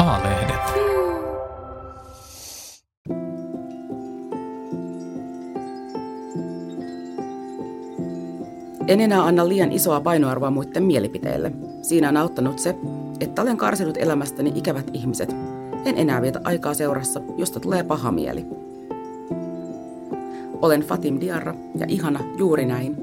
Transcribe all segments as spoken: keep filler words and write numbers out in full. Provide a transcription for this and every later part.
Maalehdet. En enää anna liian isoa painoarvoa muiden mielipiteille. Siinä on auttanut se, että olen karsinut elämästäni ikävät ihmiset. En enää vietä aikaa seurassa, josta tulee paha mieli. Olen Fatim Diarra ja ihana juuri näin.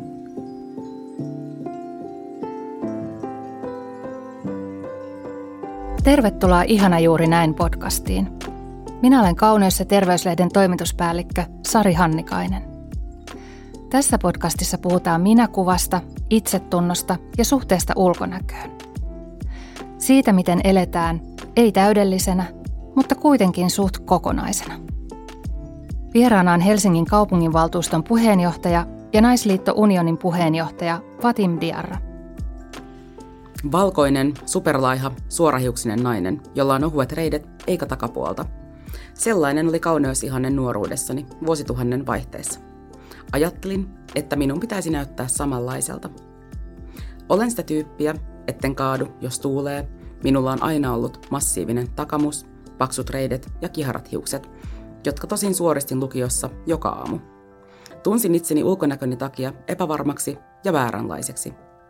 Tervetuloa Ihana juuri näin podcastiin. Minä olen Kauneus- ja terveyslehden toimituspäällikkö Sari Hannikainen. Tässä podcastissa puhutaan minäkuvasta, itsetunnosta ja suhteesta ulkonäköön. Siitä, miten eletään, ei täydellisenä, mutta kuitenkin suht kokonaisena. Vieraana on Helsingin kaupunginvaltuuston puheenjohtaja ja Naisliitto Unionin puheenjohtaja Fatim Diarra. Valkoinen, superlaiha, suorahiuksinen nainen, jolla on ohuet reidet eikä takapuolta. Sellainen oli kauneusihanne nuoruudessani, vuosituhannen vaihteessa. Ajattelin, että minun pitäisi näyttää samanlaiselta. Olen sitä tyyppiä, etten kaadu, jos tuulee. Minulla on aina ollut massiivinen takamus, paksut reidet ja kiharat hiukset, jotka tosin suoristin lukiossa joka aamu. Tunsin itseni ulkonäköni takia epävarmaksi ja vääränlaiseksi.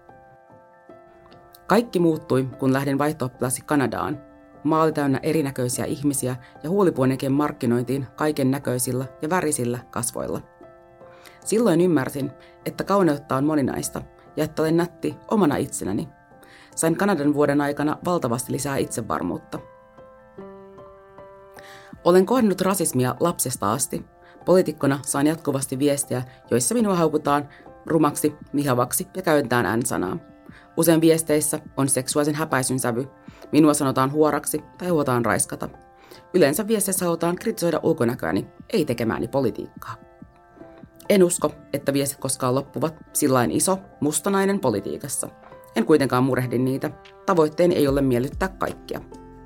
Kaikki muuttui, kun lähdin vaihto-oppilaksi Kanadaan. Maa oli täynnä erinäköisiä ihmisiä ja huulipuonenkien markkinointiin kaiken näköisillä ja värisillä kasvoilla. Silloin ymmärsin, että kauneutta on moninaista ja että olen nätti omana itsenäni. Sain Kanadan vuoden aikana valtavasti lisää itsevarmuutta. Olen kohdannut rasismia lapsesta asti. Poliitikkona saan jatkuvasti viestiä, joissa minua haukutaan rumaksi, vihavaksi ja käytetään N-sanaa. Usein viesteissä on seksuaalisen häpäisyn sävy. Minua sanotaan huoraksi tai huotaan raiskata. Yleensä viesteissä halutaan kritisoida ulkonäköäni, ei tekemääni politiikkaa. En usko, että viestit koskaan loppuvat sillain iso, mustanainen politiikassa. En kuitenkaan murehdi niitä. Tavoitteeni ei ole miellyttää kaikkia.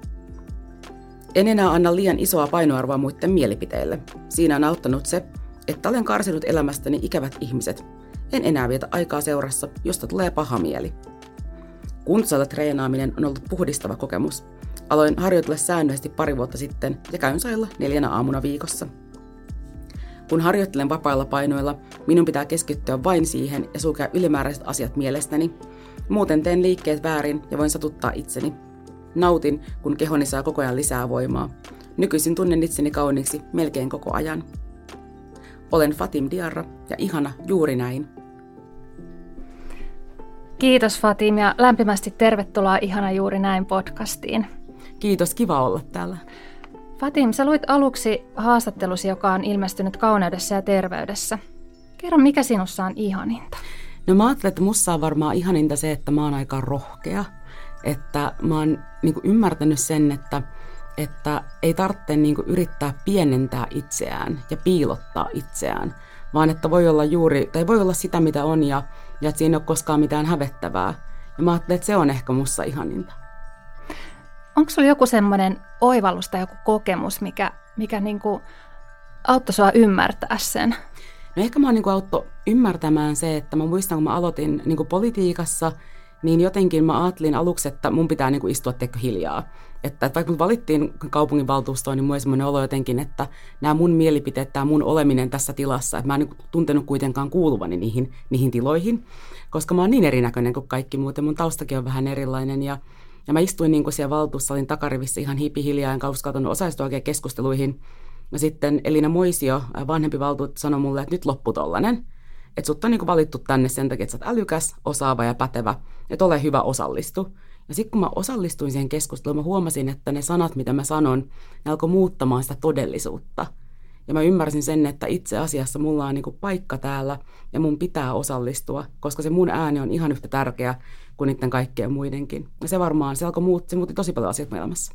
En enää anna liian isoa painoarvoa muiden mielipiteille. Siinä on auttanut se, että olen karsinut elämästäni ikävät ihmiset. En enää vietä aikaa seurassa, josta tulee paha mieli. Kuntosalilla treenaaminen on ollut puhdistava kokemus. Aloin harjoitella säännöllisesti pari vuotta sitten ja käyn salilla neljänä aamuna viikossa. Kun harjoittelen vapailla painoilla, minun pitää keskittyä vain siihen ja sulkea ylimääräiset asiat mielestäni. Muuten teen liikkeet väärin ja voin satuttaa itseni. Nautin, kun kehoni saa koko ajan lisää voimaa. Nykyisin tunnen itseni kauniiksi melkein koko ajan. Olen Fatim Diarra ja ihana juuri näin. Kiitos Fatim ja lämpimästi tervetuloa Ihana juuri näin podcastiin. Kiitos, kiva olla täällä. Fatim, sä luit aluksi haastattelusi, joka on ilmestynyt Kauneudessa ja terveydessä. Kerro, mikä sinussa on ihaninta? No mä ajattelen, että musta on varmaan ihaninta se, että mä oon aika rohkea. Että mä oon niin kuin ymmärtänyt sen, että, että ei tarvitse niin kuin yrittää pienentää itseään ja piilottaa itseään, vaan että voi olla juuri, tai voi olla sitä, mitä on, ja, ja että siinä ei ole koskaan mitään hävettävää. Ja mä ajattelen, että se on ehkä musta ihaninta. Onko sulla joku semmoinen oivallus tai joku kokemus, mikä, mikä niin kuin auttoi sua ymmärtää sen? No ehkä mä oon niin kuin auttoi ymmärtämään se, että mä muistan, kun mä aloitin niin kuin politiikassa, niin jotenkin mä ajattelin aluksi, että mun pitää niin kuin istua teikö hiljaa. Että, että vaikka mut valittiin kaupunginvaltuustoon, niin mulla oli semmoinen olo jotenkin, että nämä mun mielipiteet, tämä mun oleminen tässä tilassa, että mä en niin kuin tuntenut kuitenkaan kuuluvani niihin, niihin tiloihin, koska mä oon niin erinäköinen kuin kaikki muut ja mun taustakin on vähän erilainen. Ja, ja mä istuin niin kuin siellä valtuussalin takarivissä ihan hipihiljaa, enkä uskaltanut osallistua oikein keskusteluihin. Ja sitten Elina Moisio, vanhempi valtuutettu, sanoi mulle, että nyt loppu tollanen. Että sut on niin kuin valittu tänne sen takia, että sä oot älykäs, osaava ja pätevä, että ole hyvä osallistu. Ja sitten kun mä osallistuin siihen keskusteluun, mä huomasin, että ne sanat, mitä mä sanon, ne alkoi muuttamaan sitä todellisuutta. Ja mä ymmärsin sen, että itse asiassa mulla on niin kuin paikka täällä ja mun pitää osallistua, koska se mun ääni on ihan yhtä tärkeä kuin niiden kaikkien muidenkin. Ja se varmaan, se alkoi muut, se muutti tosi paljon asioita elämässä.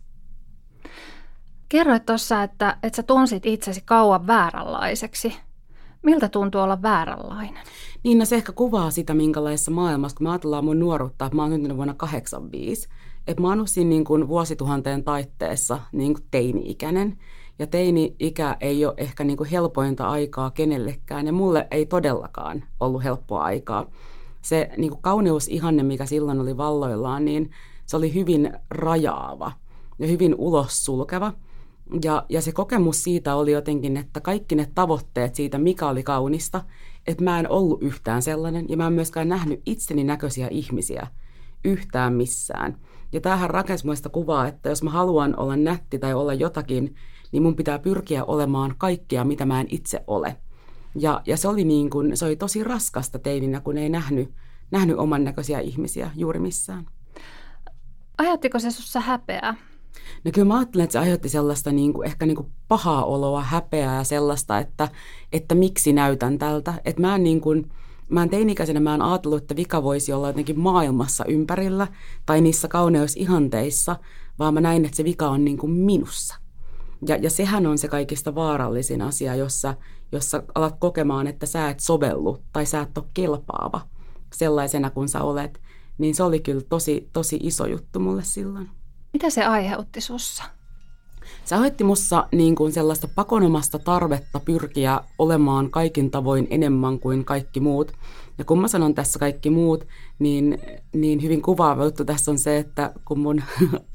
Kerroit tuossa, että, että sä tunsit itsesi kauan vääränlaiseksi. Miltä tuntuu olla vääränlainen? Niin, no se ehkä kuvaa sitä, minkälaisessa maailmassa, kun me ajatellaan mun nuoruutta, että mä oon syntynyt vuonna kahdeksankymmentäviisi. Että mä oon ollut siinä niin kuin vuosituhanteen taitteessa niin kuin teini-ikäinen. Ja teini-ikä ei ole ehkä niin kuin helpointa aikaa kenellekään, ja mulle ei todellakaan ollut helppoa aikaa. Se niin kuin kauneusihanne, mikä silloin oli valloillaan, niin se oli hyvin rajaava. ja hyvin ulos sulkeva. Ja, ja se kokemus siitä oli jotenkin, että kaikki ne tavoitteet siitä, mikä oli kaunista, että mä en ollut yhtään sellainen ja mä en myöskään nähnyt itseni näköisiä ihmisiä yhtään missään. Ja tämähän rakensi muista kuvaa, että jos mä haluan olla nätti tai olla jotakin, niin mun pitää pyrkiä olemaan kaikkea, mitä mä en itse ole. Ja, ja se, oli niin kuin, se oli tosi raskasta teininä, kun ei nähnyt, nähnyt oman näköisiä ihmisiä juuri missään. Aiheuttiko se sussa häpeää? No kyllä mä ajattelen, että se aiheutti sellaista niin kuin, ehkä niin kuin pahaa oloa, häpeää ja sellaista, että, että miksi näytän tältä. Että mä en, niin kuin, mä en teini-ikäisenä mä en ajatellut, että vika voisi olla jotenkin maailmassa ympärillä tai niissä kauneusihanteissa, vaan mä näin, että se vika on niin kuin minussa. Ja, ja sehän on se kaikista vaarallisin asia, jossa, jossa alat kokemaan, että sä et sovellu tai sä et ole kelpaava sellaisena kuin sä olet. Niin se oli kyllä tosi, tosi iso juttu mulle silloin. Mitä se aiheutti sussa? Se aiheutti mussa niin kuin sellaista pakonomasta tarvetta pyrkiä olemaan kaikin tavoin enemmän kuin kaikki muut. Ja kun mä sanon tässä kaikki muut, niin, niin hyvin kuvaava juttu tässä on se, että kun mun,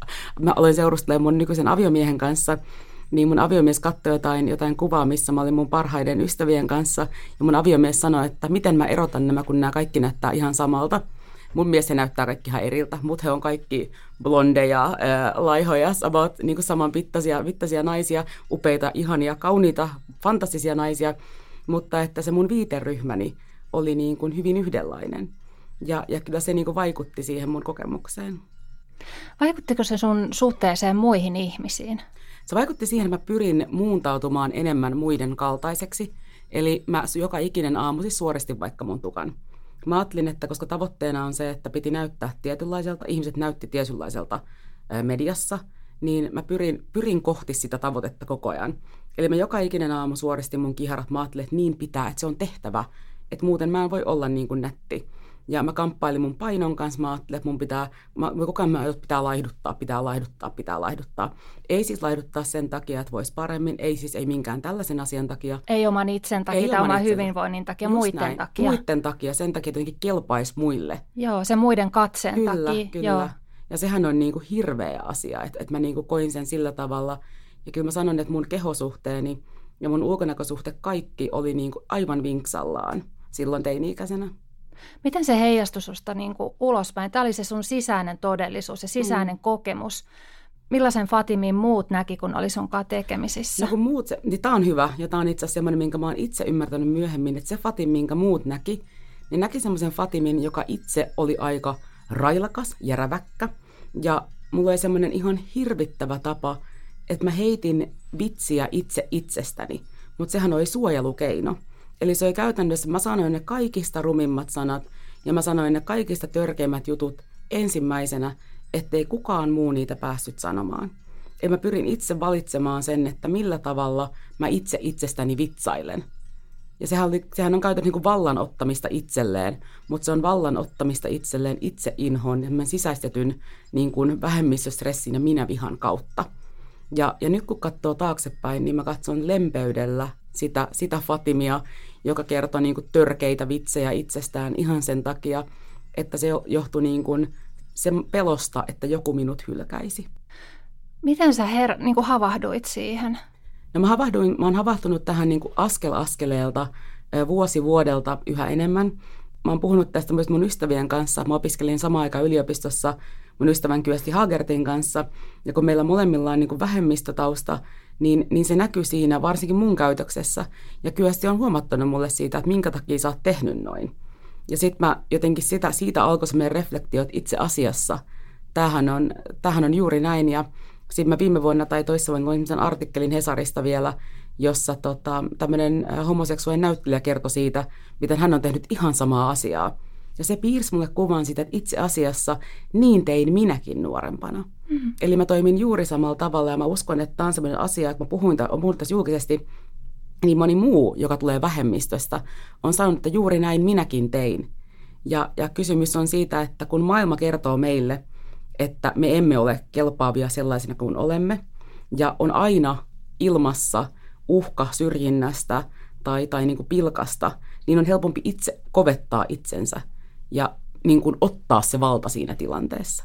mä olen seurustelemaan mun nykyisen aviomiehen kanssa, niin mun aviomies katsoi jotain, jotain kuvaa, missä mä olin mun parhaiden ystävien kanssa. Ja mun aviomies sanoi, että miten mä erotan nämä, kun nämä kaikki näyttää ihan samalta. Mun mielestä he näyttää kaikki ihan eriltä, mutta he on kaikki blondeja, ää, laihoja, about, niin kuin saman pittaisia, pittaisia naisia, upeita, ihania, kauniita, fantastisia naisia, mutta että se mun viiteryhmäni oli niin kuin hyvin yhdenlainen. Ja, ja kyllä se niin kuin vaikutti siihen mun kokemukseen. Vaikuttiko se sun suhteeseen muihin ihmisiin? Se vaikutti siihen, että mä pyrin muuntautumaan enemmän muiden kaltaiseksi. Eli mä joka ikinen aamu siis suoristin vaikka mun tukan. Mä ajattelin, että koska tavoitteena on se, että piti näyttää tietynlaiselta, ihmiset näytti tietynlaiselta mediassa, niin mä pyrin, pyrin kohti sitä tavoitetta koko ajan. Eli mä joka ikinen aamu suoristin mun kiharat, mä ajattelin, että niin pitää, että se on tehtävä, että muuten mä en voi olla niin kuin nätti. Ja mä kamppailin mun painon kanssa, mä ajattelin, että mun pitää, mä, koko ajan mä pitää laihduttaa, pitää laihduttaa, pitää laihduttaa. Ei siis laihduttaa sen takia, että voisi paremmin, ei siis ei minkään tällaisen asian takia. Ei oman itsen takia ei tai oman hyvinvoinnin takia, just muiden näin. takia. Muiden takia, sen takia jotenkin kelpaisi muille. Joo, se muiden katseen kyllä, takia. Kyllä, kyllä. Ja sehän on niin kuin hirveä asia, että, että mä niin kuin koin sen sillä tavalla. Ja kyllä mä sanon, että mun kehosuhteeni ja mun ulkonäkösuhte kaikki oli niin kuin aivan vinksallaan silloin teini-ikäisenä. Miten se heijastui susta niin kuin ulospäin? Tämä oli se sun sisäinen todellisuus ja sisäinen mm. kokemus. Millaisen Fatimin muut näki, kun oli sunkaan tekemisissä? No kun muut, se, niin tämä on hyvä ja tämä on itse asiassa semmoinen, minkä mä oon itse ymmärtänyt myöhemmin, että se Fatim, minkä muut näki, niin näki semmoisen Fatimin, joka itse oli aika railakas ja räväkkä. Ja mulla oli semmoinen ihan hirvittävä tapa, että mä heitin vitsiä itse itsestäni, mutta sehän oli suojelukeino. Eli se oli käytännössä, mä sanoin ne kaikista rumimmat sanat ja mä sanoin ne kaikista törkeimmät jutut ensimmäisenä, ettei kukaan muu niitä päässyt sanomaan. Ja mä pyrin itse valitsemaan sen, että millä tavalla mä itse itsestäni vitsailen. Ja sehän, oli, sehän on käytännössä niin kuin vallan ottamista itselleen, mutta se on vallan ottamista itselleen itse inhoon ja mä sisäistetyn niin kuin vähemmistöstressin ja minävihan kautta. Ja, ja nyt kun katsoo taaksepäin, niin mä katson lempeydellä sitä, sitä Fatimia, joka kertoi niin kuin törkeitä vitsejä itsestään ihan sen takia, että se johtui niin kuin sen pelosta, että joku minut hylkäisi. Miten sä her- niin kuin havahduit siihen? No mä, havahduin, mä oon havahtunut tähän niin kuin askel askeleelta, vuosi vuodelta yhä enemmän. Mä oon puhunut tästä myös mun ystävien kanssa. Mä opiskelin samaan aikaan yliopistossa mun ystävän Kyösti Hagertin kanssa. Ja kun meillä molemmilla on niin kuin vähemmistötausta, niin, niin se näkyy siinä varsinkin mun käytöksessä. Ja Kyösti on huomattanut mulle siitä, että minkä takia sä oot tehnyt noin. Ja sitten mä jotenkin sitä, siitä alkoi se meidän reflektio, että itse asiassa tämähän on, tämähän on juuri näin. Ja sitten mä viime vuonna tai toissa vuonna luin sen artikkelin Hesarista vielä, jossa tota, tämmöinen homoseksuaalinen näyttelijä kertoi siitä, miten hän on tehnyt ihan samaa asiaa. Ja se piirsi mulle kuvan siitä, että itse asiassa niin tein minäkin nuorempana. Mm-hmm. Eli mä toimin juuri samalla tavalla ja mä uskon, että tämä on sellainen asia, että mä puhuin, puhuin tässä julkisesti, niin moni muu, joka tulee vähemmistöstä, on sanonut, että juuri näin minäkin tein. Ja, ja kysymys on siitä, että kun maailma kertoo meille, että me emme ole kelpaavia sellaisina kuin olemme, ja on aina ilmassa uhka syrjinnästä tai, tai niin kuin pilkasta, niin on helpompi itse kovettaa itsensä ja niin kuin ottaa se valta siinä tilanteessa.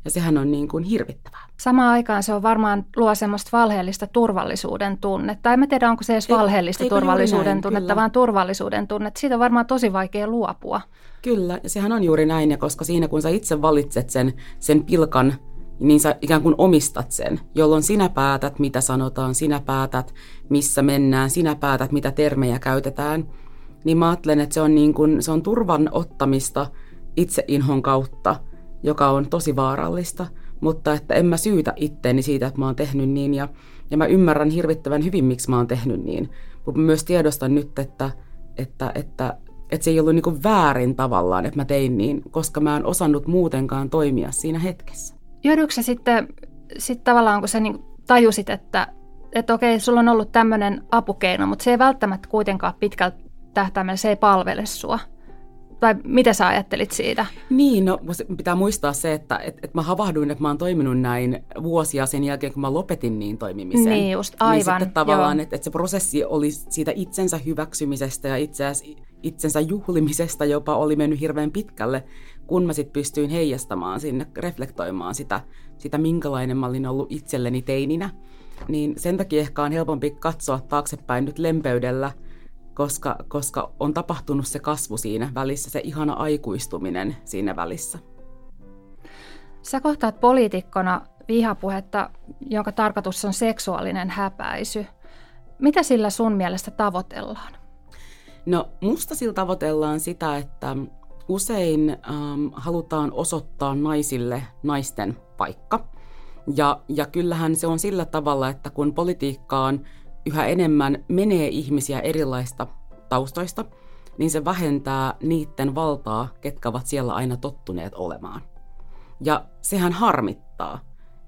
Ja sehän on niin kuin hirvittävää. Samaan aikaan se on varmaan luo semmoista valheellista turvallisuuden tunnetta. Tai en tiedä, onko se edes valheellista Eikö tunnvallisuuden näin, tunnetta, kyllä. vaan turvallisuuden tunnetta. Siitä on varmaan tosi vaikea luopua. Kyllä, ja sehän on juuri näin. Ja koska siinä, kun sä itse valitset sen, sen pilkan, niin sä ikään kuin omistat sen, jolloin sinä päätät, mitä sanotaan, sinä päätät, missä mennään, sinä päätät, mitä termejä käytetään. Niin mä ajattelen, että se on, niin kuin, se on turvan ottamista itseinhon kautta, joka on tosi vaarallista, mutta että en mä syytä itteeni siitä, että mä oon tehnyt niin, ja, ja mä ymmärrän hirvittävän hyvin, miksi mä oon tehnyt niin, mutta mä myös tiedostan nyt, että, että, että, että se ei ollut niin kuin väärin tavallaan, että mä tein niin, koska mä en osannut muutenkaan toimia siinä hetkessä. Jouduiko sä sitten sit tavallaan, kun sä niin tajusit, että, että okei, sulla on ollut tämmöinen apukeino, mutta se ei välttämättä kuitenkaan pitkällä tähtäimellä, se ei palvele sua. Tai mitä sä ajattelit siitä? Niin, no pitää muistaa se, että et, et mä havahduin, että mä oon toiminut näin vuosia sen jälkeen, kun mä lopetin niin toimimisen. Niin just, aivan. Niin sitten tavallaan, että et se prosessi oli siitä itsensä hyväksymisestä ja itse asiassa itsensä juhlimisesta jopa oli mennyt hirveän pitkälle, kun mä sitten pystyin heijastamaan sinne, reflektoimaan sitä, sitä, minkälainen mä olin ollut itselleni teininä. Niin sen takia ehkä on helpompi katsoa taaksepäin nyt lempeydellä, Koska, koska on tapahtunut se kasvu siinä välissä, se ihana aikuistuminen siinä välissä. Sä kohtaat poliitikkona vihapuhetta, jonka tarkoitus on seksuaalinen häpäisy. Mitä sillä sun mielestä tavoitellaan? No musta sillä tavoitellaan sitä, että usein ähm, halutaan osoittaa naisille naisten paikka. Ja, ja kyllähän se on sillä tavalla, että kun politiikkaan yhä enemmän menee ihmisiä erilaista taustoista, niin se vähentää niiden valtaa, ketkä ovat siellä aina tottuneet olemaan. Ja sehän harmittaa.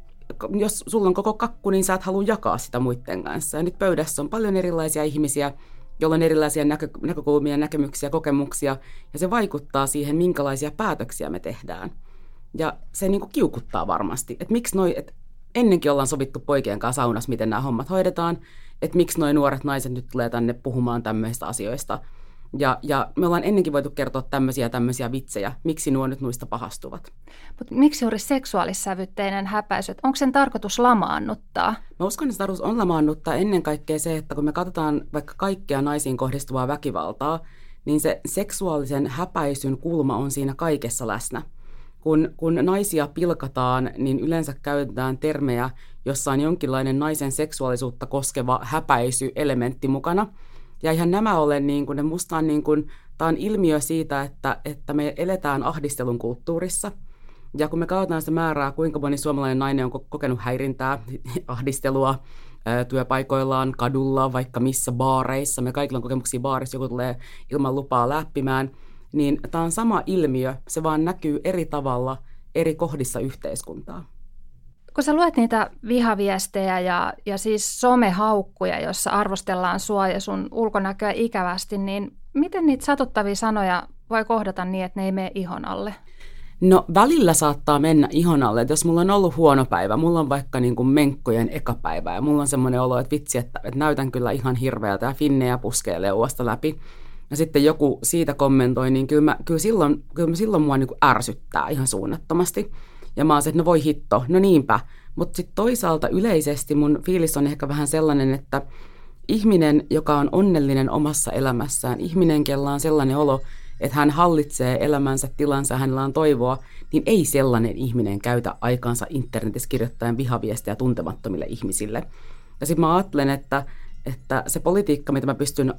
Jos sulla on koko kakku, niin sä et halua jakaa sitä muiden kanssa. Ja nyt pöydässä on paljon erilaisia ihmisiä, joilla on erilaisia näkö- näkökulmia, näkemyksiä, kokemuksia, ja se vaikuttaa siihen, minkälaisia päätöksiä me tehdään. Ja se niin kuin kiukuttaa varmasti, että miksi noi, että ennenkin ollaan sovittu poikien kanssa saunassa, miten nämä hommat hoidetaan, että miksi nuo nuoret naiset nyt tulee tänne puhumaan tämmöistä asioista. Ja, ja me ollaan ennenkin voitu kertoa tämmöisiä tämmöisiä vitsejä, miksi nuo nyt nuista pahastuvat. Mutta miksi juuri seksuaalissävytteinen häpäisy? Onko sen tarkoitus lamaannuttaa? Mä uskon, että se tarkoitus on lamaannuttaa ennen kaikkea se, että kun me katsotaan vaikka kaikkea naisiin kohdistuvaa väkivaltaa, niin se seksuaalisen häpäisyn kulma on siinä kaikessa läsnä. Kun, kun naisia pilkataan, niin yleensä käytetään termejä, jossa on jonkinlainen naisen seksuaalisuutta koskeva häpäisyelementti mukana. Ja ihan nämä ole, niin kuin, ne musta on, niin kuin, tämä on ilmiö siitä, että, että me eletään ahdistelun kulttuurissa. Ja kun me katsotaan sitä määrää, kuinka moni suomalainen nainen on kokenut häirintää, ahdistelua työpaikoillaan, kadulla, vaikka missä baareissa, me kaikilla on kokemuksia baarissa, joku tulee ilman lupaa läppimään, niin tämä on sama ilmiö, se vaan näkyy eri tavalla eri kohdissa yhteiskuntaa. Kun sä luet niitä vihaviestejä ja, ja siis somehaukkuja, joissa arvostellaan sua ja sun ulkonäköä ikävästi, niin miten niitä satuttavia sanoja voi kohdata niin, että ne ei mene ihon alle? No välillä saattaa mennä ihon alle, että jos mulla on ollut huono päivä, mulla on vaikka niin kuin menkkojen eka päivä ja mulla on semmoinen olo, että vitsi, että, että näytän kyllä ihan hirveältä ja finnejä puskee leuasta läpi. Ja sitten joku siitä kommentoi, niin kyllä, mä, kyllä, silloin, kyllä silloin mua niin kuin ärsyttää ihan suunnattomasti. Ja mä oon se, että no voi hitto, no niinpä. Mutta sitten toisaalta yleisesti mun fiilis on ehkä vähän sellainen, että ihminen, joka on onnellinen omassa elämässään, ihminen, kella on sellainen olo, että hän hallitsee elämänsä tilansa, hänellä on toivoa, niin ei sellainen ihminen käytä aikaansa internetissä kirjoittaen vihaviestejä tuntemattomille ihmisille. Ja sitten mä ajattelen, että että se politiikka, mitä mä pystyn,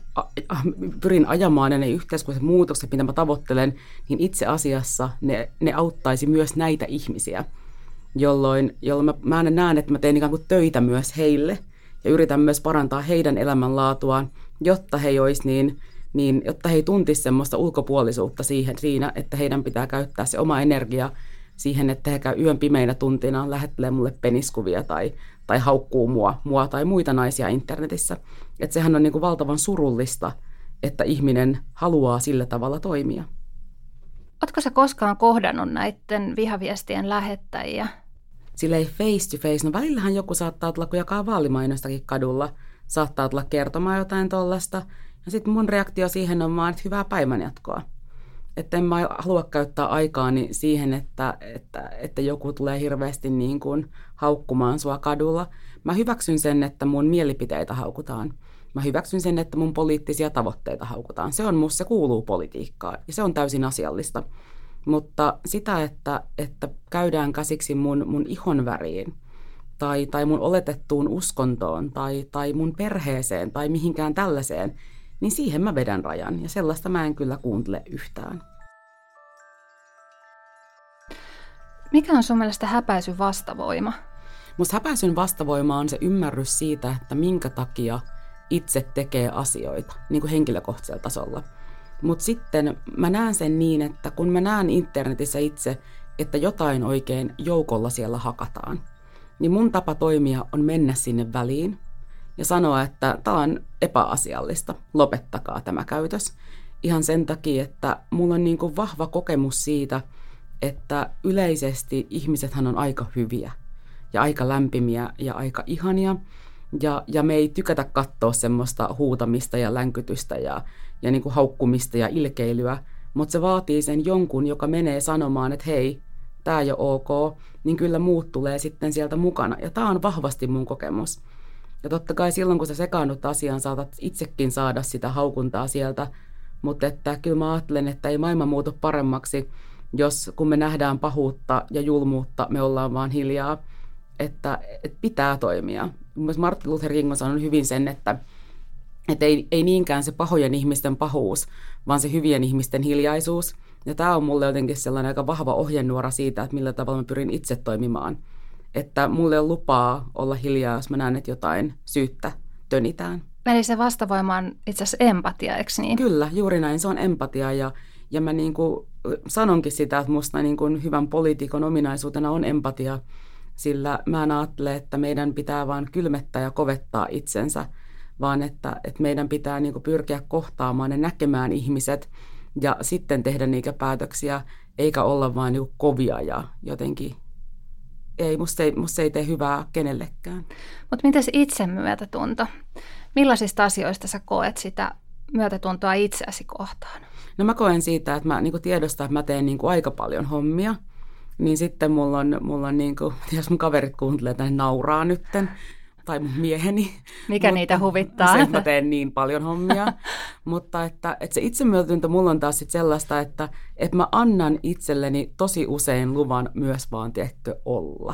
pyrin ajamaan ja ne yhteiskunnalliset muutokset, mitä mä tavoittelen, niin itse asiassa ne, ne auttaisi myös näitä ihmisiä, jolloin, jolloin mä, mä näen, että mä teen ikään kuin töitä myös heille ja yritän myös parantaa heidän elämänlaatuaan, jotta he olisi niin, niin jotta he ei tuntisi semmoista ulkopuolisuutta siihen, siinä, että heidän pitää käyttää se oma energia siihen, että he käy yön pimeinä tuntina, lähettelee mulle peniskuvia tai, tai haukkuu mua, mua tai muita naisia internetissä. Että sehän on niin kuin valtavan surullista, että ihminen haluaa sillä tavalla toimia. Ootko sä koskaan kohdannut näiden vihaviestien lähettäjiä? Sillä ei face to face. No välillähän joku saattaa tulla, kun jakaa vaalimainostakin kadulla, saattaa tulla kertomaan jotain tollasta. Ja sitten mun reaktio siihen on vaan, että hyvää päivänjatkoa. Että en mä halua käyttää aikaani siihen, että, että, että joku tulee hirveästi niin kuin haukkumaan sua kadulla. Mä hyväksyn sen, että mun mielipiteitä haukutaan. Mä hyväksyn sen, että mun poliittisia tavoitteita haukutaan. Se on musta, se kuuluu politiikkaan ja se on täysin asiallista. Mutta sitä, että, että käydään käsiksi mun, mun ihonväriin tai, tai mun oletettuun uskontoon tai, tai mun perheeseen tai mihinkään tällaiseen, niin siihen mä vedän rajan ja sellaista mä en kyllä kuuntele yhtään. Mikä on sun mielestä häpäisyn vastavoima? Musta häpäisyn vastavoima on se ymmärrys siitä, että minkä takia itse tekee asioita niin kuin henkilökohtaisella tasolla. Mutta sitten mä näen sen niin, että kun mä näen internetissä itse, että jotain oikein joukolla siellä hakataan, niin mun tapa toimia on mennä sinne väliin ja sanoa, että tämä on epäasiallista, lopettakaa tämä käytös. Ihan sen takia, että mulla on niin kuin vahva kokemus siitä, että yleisesti ihmisethän on aika hyviä ja aika lämpimiä ja aika ihania. Ja, ja me ei tykätä katsoa semmoista huutamista ja länkytystä ja, ja niin kuin haukkumista ja ilkeilyä, mutta se vaatii sen jonkun, joka menee sanomaan, että hei, tämä ei ole ok, niin kyllä muut tulee sitten sieltä mukana. Ja tämä on vahvasti mun kokemus. Ja totta kai silloin, kun sä sekaannut asiaan, saatat itsekin saada sitä haukuntaa sieltä, mutta että kyllä mä ajattelen, että ei maailma muutu paremmaksi, jos kun me nähdään pahuutta ja julmuutta, me ollaan vaan hiljaa, että, että pitää toimia. Myös Martin Luther King on sanonut hyvin sen, että, että ei, ei niinkään se pahojen ihmisten pahuus, vaan se hyvien ihmisten hiljaisuus. Ja tämä on mulle jotenkin sellainen aika vahva ohjenuora siitä, että millä tavalla mä pyrin itse toimimaan. Että mulle on lupaa olla hiljaa, jos mä näen, että jotain syyttä tönitään. Eli se vastavoima on itse asiassa empatia, eikö niin? Kyllä, juuri näin. Se on empatia ja, ja mä niin kuin sanonkin sitä, että musta niin kuin hyvän poliitikon ominaisuutena on empatia, sillä mä en ajattele, että meidän pitää vaan kylmettää ja kovettaa itsensä, vaan että, että meidän pitää niin kuin pyrkiä kohtaamaan ja näkemään ihmiset ja sitten tehdä niitä päätöksiä, eikä olla vaan niin kuin kovia ja jotenkin, ei, musta ei, musta ei tee hyvää kenellekään. Mutta miten se itsemyötätunto? Millaisista asioista sä koet sitä myötätuntoa itseäsi kohtaan? No mä koen siitä, että mä niin kuin tiedostan, että mä teen niin kuin aika paljon hommia. Niin sitten mulla on, mulla on niin kuin, jos mun kaverit kuuntelee, että ne nauraa nytten, tai mun mieheni. Mikä mutta, niitä huvittaa? Se, että mä teen niin paljon hommia. Mutta että, että se itsemyötätunto mulla on taas sit sellaista, että, että mä annan itselleni tosi usein luvan myös vaan, tiedätkö, olla.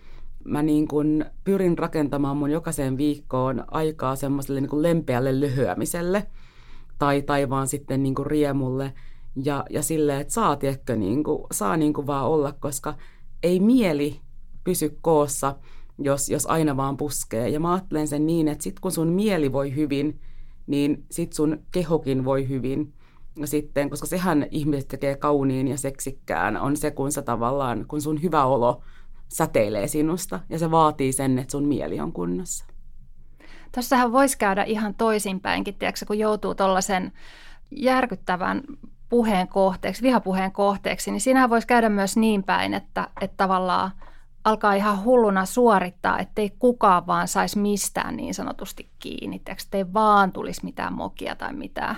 Mä niin kuin pyrin rakentamaan mun jokaiseen viikkoon aikaa semmoiselle niin kuin lempeälle löhöämiselle tai, tai vaan sitten niin kuin riemulle. Ja, ja silleen, että saa, tiedätkö, niin kuin, saa niin kuin vaan olla, koska ei mieli pysy koossa, jos, jos aina vaan puskee. Ja mä ajattelen sen niin, että sit kun sun mieli voi hyvin, niin sit sun kehokin voi hyvin. Ja sitten, koska sehän ihmiset tekee kauniin ja seksikkään, on se, kun sä tavallaan, kun sun hyvä olo säteilee sinusta. Ja se vaatii sen, että sun mieli on kunnossa. Tässähän voisi käydä ihan toisinpäinkin, tiedätkö, kun joutuu tollaisen järkyttävän puheen kohteeksi, vihapuheen kohteeksi, niin siinähän voisi käydä myös niin päin, että, että tavallaan alkaa ihan hulluna suorittaa, ettei kukaan vaan saisi mistään niin sanotusti kiinni, ettei vaan tulisi mitään mokia tai mitään.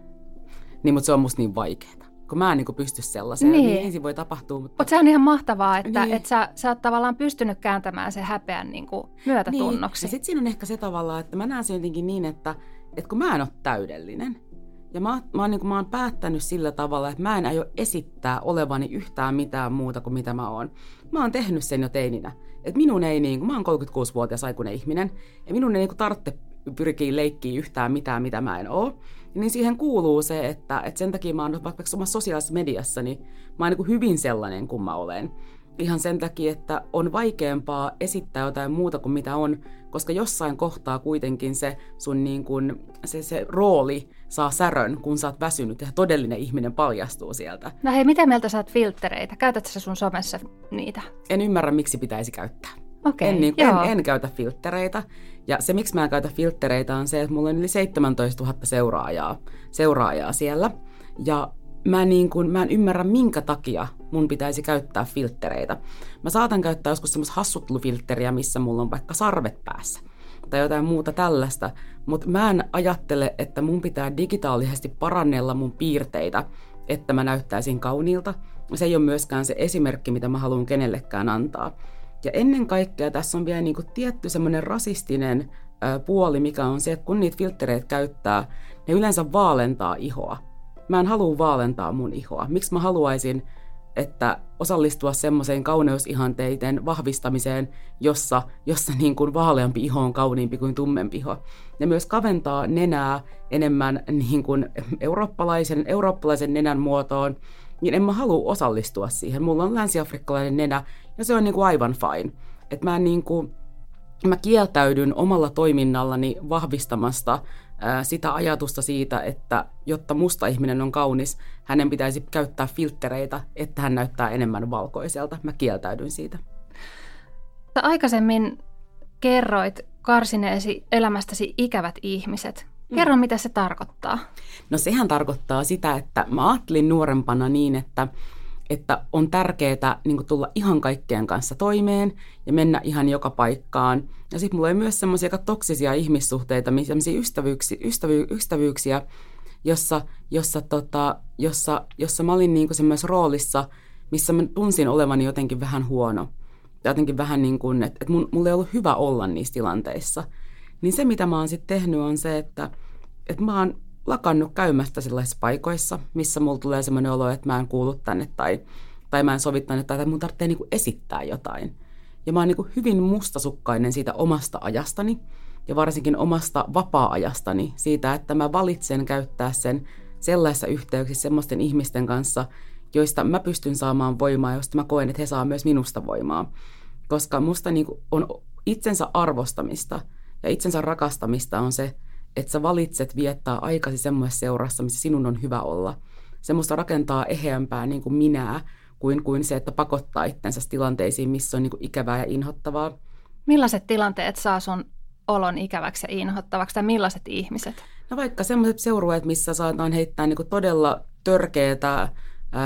Niin, mutta se on musta niin vaikeaa, kun mä en niin kuin pysty sellaiseen, niin, niin ensin voi tapahtua. Mutta Mut se on ihan mahtavaa, että niin. et sä, sä oot tavallaan pystynyt kääntämään sen häpeän niin kuin myötätunnoksi. Niin. Ja sitten siinä on ehkä se tavallaan, että mä näen sen jotenkin niin, että, että kun mä en ole täydellinen, ja mä, mä, oon, niin kuin, mä oon päättänyt sillä tavalla, että mä en aio esittää olevani yhtään mitään muuta kuin mitä mä oon. Mä oon tehnyt sen jo teininä. Että minun ei, niin kuin, mä oon kolmekymmentäkuusivuotias aikuinen ihminen, ja minun ei niin kuin, tarvitse pyrkiä leikkiä yhtään mitään, mitä mä en oo. Niin siihen kuuluu se, että, että sen takia mä oon vaikka omassa sosiaalisessa mediassa, niin mä oon niin kuin hyvin sellainen kuin mä olen. Ihan sen takia, että on vaikeampaa esittää jotain muuta kuin mitä on, koska jossain kohtaa kuitenkin se sun niin kuin, se, se rooli saa särön, kun sä oot väsynyt ja todellinen ihminen paljastuu sieltä. No hei, mitä mieltä sä oot filttereitä? Käytätkö sä sun somessa niitä? En ymmärrä, miksi pitäisi käyttää. Okei, en, niin, en, en käytä filttereitä. Ja se, miksi mä en käytä filttereitä, on se, että mulla on yli seitsemäntoistatuhatta seuraajaa, seuraajaa siellä. Ja Mä, niin kun, mä en ymmärrä, minkä takia mun pitäisi käyttää filttereitä. Mä saatan käyttää joskus semmoista hassuttelufiltteriä, missä mulla on vaikka sarvet päässä tai jotain muuta tällaista, mutta mä en ajattele, että mun pitää digitaalisesti parannella mun piirteitä että mä näyttäisin kauniilta. Se ei ole myöskään se esimerkki, mitä mä haluan kenellekään antaa. Ja ennen kaikkea tässä on vielä niin kuin tietty semmoinen rasistinen ää, puoli, mikä on se, että kun niitä filtreitä käyttää, ne yleensä vaalentaa ihoa. Mä en halua vaalentaa mun ihoa. Miksi mä haluaisin, että osallistua semmoiseen kauneusihanteiden vahvistamiseen, jossa, jossa niin kuin vaaleampi iho on kauniimpi kuin tummempi iho. Ne myös kaventaa nenää enemmän niin kuin eurooppalaisen, eurooppalaisen nenän muotoon, niin en mä halua osallistua siihen. Mulla on länsi-afrikkalainen nenä, ja se on niin kuin aivan fine. Että mä, niin kuin, mä kieltäydyn omalla toiminnallani vahvistamasta ää, sitä ajatusta siitä, että jotta musta ihminen on kaunis, hänen pitäisi käyttää filttereitä, että hän näyttää enemmän valkoiselta. Mä kieltäydyn siitä. Aikaisemmin kerroit karsineesi elämästäsi ikävät ihmiset. Kerro, mitä se tarkoittaa. No sehän tarkoittaa sitä, että mä ajattelin nuorempana niin, että, että on tärkeää niin kuin tulla ihan kaikkien kanssa toimeen ja mennä ihan joka paikkaan. Ja sitten mulla oli myös semmoisia aika toksisia ihmissuhteita, semmoisia ystävyyksiä, ystävy, ystävyyksiä jossa, jossa, tota, jossa, jossa mä olin niin kuin semmoisessa roolissa, missä mä tunsin olevani jotenkin vähän huono. Jotenkin vähän niin kuin, että, että mun, mulla ei ollut hyvä olla niissä tilanteissa. Niin se, mitä mä oon sitten tehnyt, on se, että, että mä oon lakannut käymästä sellaisissa paikoissa, missä mulla tulee semmoinen olo, että mä en kuulu tänne tai, tai mä en sovi tänne tai mun tarvitsee niin kuin esittää jotain. Ja mä oon niin kuin hyvin mustasukkainen siitä omasta ajastani ja varsinkin omasta vapaa-ajastani siitä, että mä valitsen käyttää sen sellaisissa yhteyksissä semmoisten ihmisten kanssa, joista mä pystyn saamaan voimaa, josta mä koen, että he saa myös minusta voimaa. Koska musta niin kuin on itsensä arvostamista ja itsensä rakastamista on se, että sä valitset viettää aikasi semmoisessa seurassa, missä sinun on hyvä olla. Semmoista rakentaa eheämpää niin kuin minää, kuin, kuin se, että pakottaa itsensä tilanteisiin, missä on niin kuin ikävää ja inhottavaa. Millaiset tilanteet saa sun olon ikäväksi ja inhottavaksi, tai millaiset ihmiset? No vaikka semmoiset seurueet, missä saadaan heittää niin kuin todella törkeätä äm,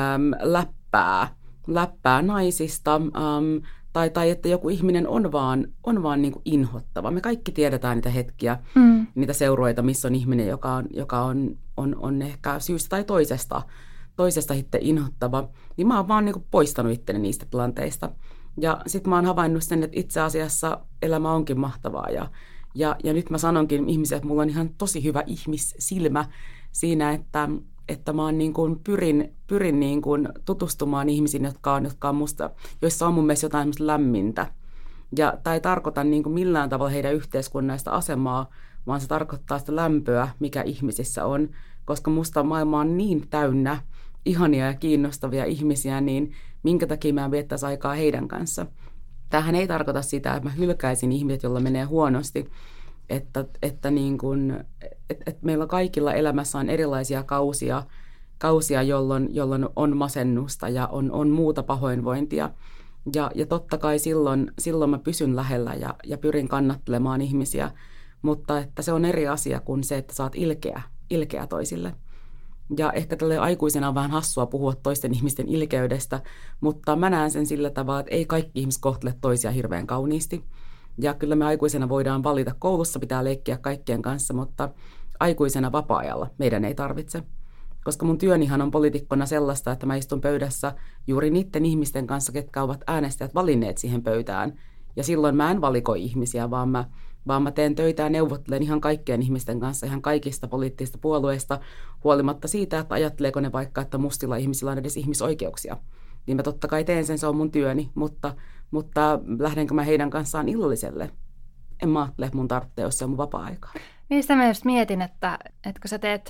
läppää, läppää naisista, äm, Tai, tai että joku ihminen on vaan, on vaan niin kuin inhottava. Me kaikki tiedetään niitä hetkiä, mm. niitä seurueita, missä on ihminen, joka on, joka on, on, on ehkä syystä tai toisesta, toisesta sitten inhottava. Niin mä oon vaan niin kuin poistanut itteni niistä tilanteista. Ja sitten mä oon havainnut sen, että itse asiassa elämä onkin mahtavaa. Ja, ja, ja nyt mä sanonkin ihmisille, että mulla on ihan tosi hyvä ihmissilmä siinä, että että mä niin kuin pyrin, pyrin niin kuin tutustumaan ihmisiin, jotka on, jotka on musta, joissa on mun mielestä jotain lämmintä. Ja tämä ei tarkoita niin kuin millään tavalla heidän yhteiskunnallista asemaa, vaan se tarkoittaa sitä lämpöä, mikä ihmisissä on. Koska musta maailma on niin täynnä ihania ja kiinnostavia ihmisiä, niin minkä takia mä viettäisi aikaa heidän kanssa. Tämähän ei tarkoita sitä, että mä hylkäisin ihmiset, joilla menee huonosti. Että, että, niin kuin, että, että meillä kaikilla elämässä on erilaisia kausia, kausia jolloin, jolloin on masennusta ja on, on muuta pahoinvointia. Ja, ja totta kai silloin, silloin mä pysyn lähellä ja, ja pyrin kannattelemaan ihmisiä, mutta että se on eri asia kuin se, että sä oot ilkeä, ilkeä toisille. Ja ehkä tälle aikuisena on vähän hassua puhua toisten ihmisten ilkeydestä, mutta mä näen sen sillä tavalla, että ei kaikki ihmiset kohtele toisia hirveän kauniisti. Ja kyllä me aikuisena voidaan valita. Koulussa pitää leikkiä kaikkien kanssa, mutta aikuisena vapaa-ajalla meidän ei tarvitse. Koska mun työnihan on poliitikkona sellaista, että mä istun pöydässä juuri niiden ihmisten kanssa, ketkä ovat äänestäjät valinneet siihen pöytään. Ja silloin mä en valikoi ihmisiä, vaan mä, vaan mä teen töitä ja neuvottelen ihan kaikkien ihmisten kanssa, ihan kaikista poliittisista puolueista, huolimatta siitä, että ajatteleeko ne vaikka, että mustilla ihmisillä on edes ihmisoikeuksia. Niin mä totta kai teen sen, se on mun työni, mutta, mutta lähdenkö mä heidän kanssaan illalliselle? En mä ajattele, että mun tarvitsee, jos se on mun vapaa-aikaa. Niin sitä mä just mietin, että, että kun sä teet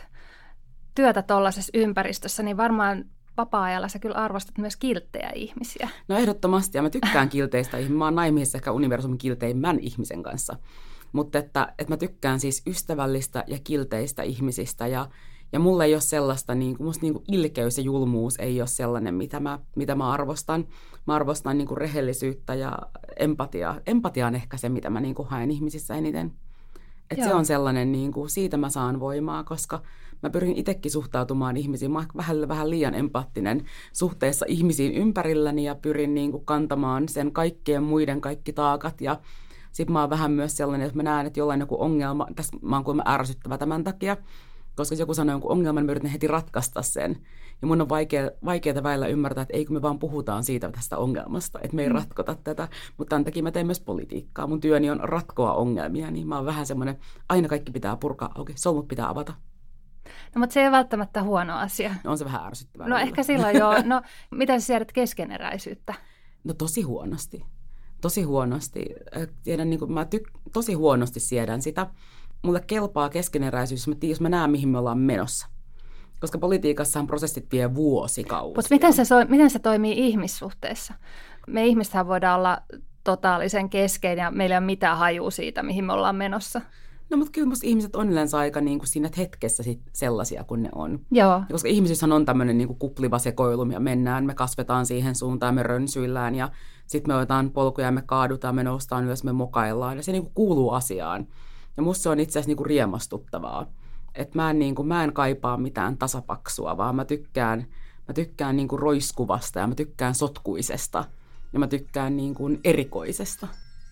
työtä tuollaisessa ympäristössä, niin varmaan vapaa-ajalla sä kyllä arvostat myös kilttejä ihmisiä. No ehdottomasti, ja mä tykkään kilteistä ihmisiä. Mä oon naimisissa ehkä universumin kilteimmän ihmisen kanssa. Mutta että, että mä tykkään siis ystävällistä ja kilteistä ihmisistä, ja Ja mulla ei ole sellaista, niin kuin, musta niin kuin ilkeys ja julmuus ei ole sellainen, mitä mä, mitä mä arvostan. Mä arvostan niin kuin rehellisyyttä ja empatiaa. Empatia on ehkä se, mitä mä niin kuin haen ihmisissä eniten. Että se on sellainen, niin kuin, siitä mä saan voimaa, koska mä pyrin itsekin suhtautumaan ihmisiin. Mä oon vähän, vähän liian empaattinen suhteessa ihmisiin ympärilläni ja pyrin niin kuin kantamaan sen kaikkien muiden kaikki taakat. Ja sit mä oon vähän myös sellainen, että mä näen, että jollain joku ongelma, tässä mä oon kuulemma ärsyttävä tämän takia. Koska jos joku sanoo jonkun ongelman, mä yritän heti ratkaista sen. Ja mun on vaikea, vaikeaa väillä ymmärtää, että ei kun me vaan puhutaan siitä tästä ongelmasta, että me ei mm. ratkota tätä. Mutta tämän takia mä teen myös politiikkaa. Mun työni on ratkoa ongelmia, niin mä oon vähän semmoinen, aina kaikki pitää purkaa auki, solmut pitää avata. No, mutta se ei ole välttämättä huono asia. No, on se vähän ärsyttävää. No vielä. Ehkä silloin joo. No, miten sä siedät keskeneräisyyttä? No tosi huonosti. Tosi huonosti. Tiedän, niin kuin, mä tyk- tosi huonosti siedän sitä. Mulle kelpaa keskeneräisyys, jos mä, jos mä näen, mihin me ollaan menossa. Koska politiikassahan prosessit vie vuosikausia. Mutta miten se, so- miten se toimii ihmissuhteessa? Me ihmisethän voidaan olla totaalisen keskeinen ja meillä ei ole mitään hajua siitä, mihin me ollaan menossa. No, mutta kyllä musta ihmiset on yleensä aika niin kuin siinä hetkessä sit sellaisia kuin ne on. Joo. Koska ihmisyyshän on tämmöinen niin kuin kupliva sekoilu, ja mennään, me kasvetaan siihen suuntaan, me rönsyillään ja sitten me otetaan polkuja, me kaadutaan, me noustaan ylös, me mokaillaan ja se niin kuin kuuluu asiaan. Ja musta se on itse asiassa niin kuin riemastuttavaa. Että mä en, niin kuin, mä en kaipaa mitään tasapaksua, vaan mä tykkään, mä tykkään niin kuin roiskuvasta ja mä tykkään sotkuisesta ja mä tykkään niin kuin erikoisesta.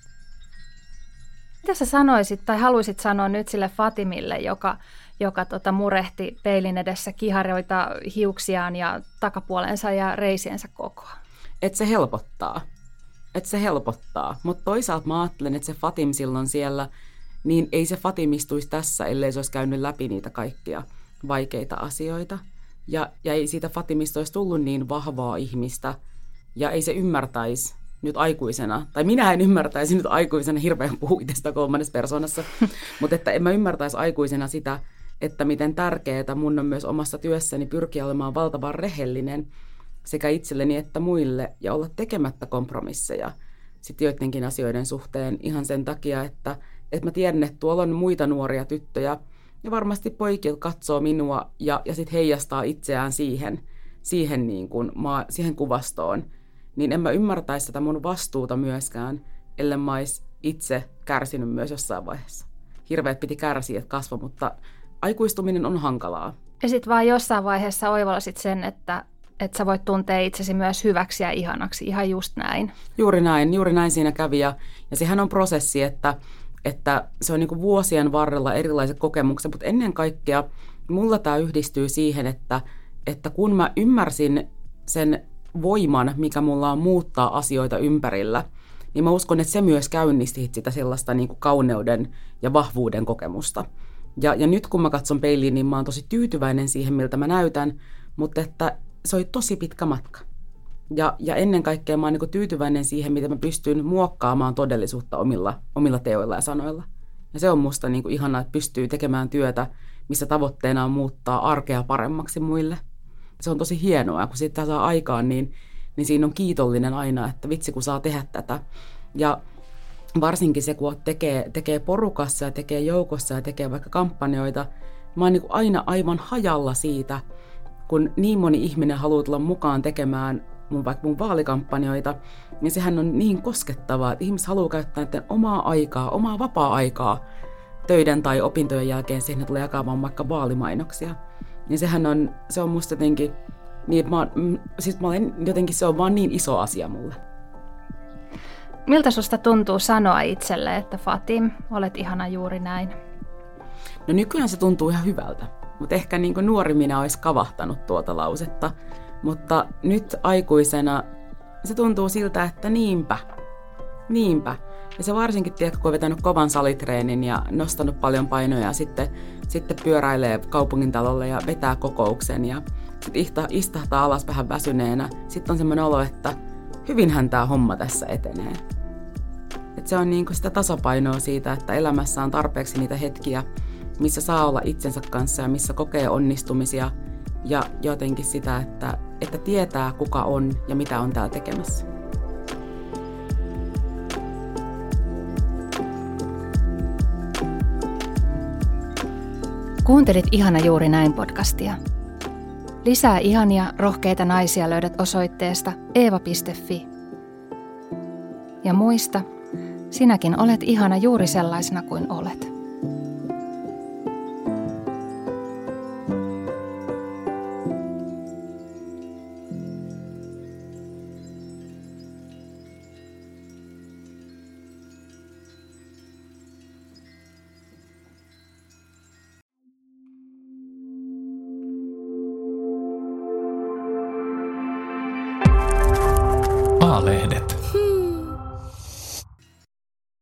Mitä sä sanoisit tai haluaisit sanoa nyt sille Fatimille, joka, joka tota murehti peilin edessä kiharoita hiuksiaan ja takapuolensa ja reisiensä kokoa? Että se helpottaa. Että se helpottaa. Mutta toisaalta mä ajattelen, että se Fatim silloin siellä, niin ei se Fatim istuisi tässä, ellei se olisi käynyt läpi niitä kaikkia vaikeita asioita. Ja, ja ei siitä Fatimista olisi tullut niin vahvaa ihmistä, ja ei se ymmärtäisi nyt aikuisena, tai minä en ymmärtäisi nyt aikuisena, hirveän puhuu itsestä kolmannessa persoonassa, mutta että en mä ymmärtäisi aikuisena sitä, että miten tärkeää mun on myös omassa työssäni pyrkiä olemaan valtavan rehellinen sekä itselleni että muille ja olla tekemättä kompromisseja sitten joidenkin asioiden suhteen ihan sen takia, että, että mä tiedän, että tuolla on muita nuoria tyttöjä ja varmasti poikilta katsoo minua ja, ja sitten heijastaa itseään siihen, siihen, niin kuin, siihen kuvastoon. Niin en mä ymmärtäisi tätä mun vastuuta myöskään, ellen mä ois itse kärsinyt myös jossain vaiheessa. Hirveät piti kärsiä, että kasvo, mutta aikuistuminen on hankalaa. Ja sit vaan jossain vaiheessa oivallasit sen, että, että sä voit tuntea itsesi myös hyväksi ja ihanaksi, ihan just näin. Juuri näin, juuri näin siinä kävi. Ja, ja sehän on prosessi, että, että se on niinku vuosien varrella erilaiset kokemukset, mutta ennen kaikkea mulla tämä yhdistyy siihen, että, että kun mä ymmärsin sen voiman, mikä mulla on muuttaa asioita ympärillä, niin mä uskon, että se myös käynnisti sitä sellaista niin kuin kauneuden ja vahvuuden kokemusta. Ja, ja nyt kun mä katson peiliin, niin mä oon tosi tyytyväinen siihen, miltä mä näytän, mutta että se oli tosi pitkä matka. Ja, ja ennen kaikkea mä oon niin kuin tyytyväinen siihen, miten mä pystyn muokkaamaan todellisuutta omilla, omilla teoilla ja sanoilla. Ja se on musta niin kuin ihanaa, että pystyy tekemään työtä, missä tavoitteena on muuttaa arkea paremmaksi muille. Se on tosi hienoa, ja kun sitä saa aikaan, niin, niin siinä on kiitollinen aina, että vitsi kun saa tehdä tätä. Ja varsinkin se, kun tekee, tekee porukassa ja tekee joukossa ja tekee vaikka kampanjoita, mä oon niin kuin aina aivan hajalla siitä, kun niin moni ihminen haluaa tulla mukaan tekemään mun, vaikka mun vaalikampanjoita, niin sehän on niin koskettavaa, että ihmiset haluaa käyttää näiden omaa aikaa, omaa vapaa-aikaa töiden tai opintojen jälkeen siihen, että tulee jakamaan vaikka vaalimainoksia. Niin sehän on, se on musta jotenkin, niin mä, siis mä olen, jotenkin se on vaan niin iso asia mulle. Miltä susta tuntuu sanoa itselle, että Fatim, olet ihana juuri näin? No nykyään se tuntuu ihan hyvältä, mutta ehkä niin kuin nuori minä olisi kavahtanut tuota lausetta. Mutta nyt aikuisena se tuntuu siltä, että niinpä, niinpä. Ja se varsinkin, tiedätkö, kun on vetänyt kovan salitreenin ja nostanut paljon painoja ja sitten, sitten pyöräilee kaupungintalolle ja vetää kokouksen ja sitten istahtaa alas vähän väsyneenä. Sitten on semmoinen olo, että hyvinhän tämä homma tässä etenee. Et se on niinku sitä tasapainoa siitä, että elämässä on tarpeeksi niitä hetkiä, missä saa olla itsensä kanssa ja missä kokee onnistumisia ja jotenkin sitä, että, että tietää kuka on ja mitä on täällä tekemässä. Kuuntelit Ihana juuri näin -podcastia. Lisää ihania, rohkeita naisia löydät osoitteesta eeva piste fi. Ja muista, sinäkin olet ihana juuri sellaisena kuin olet. A-lehdet.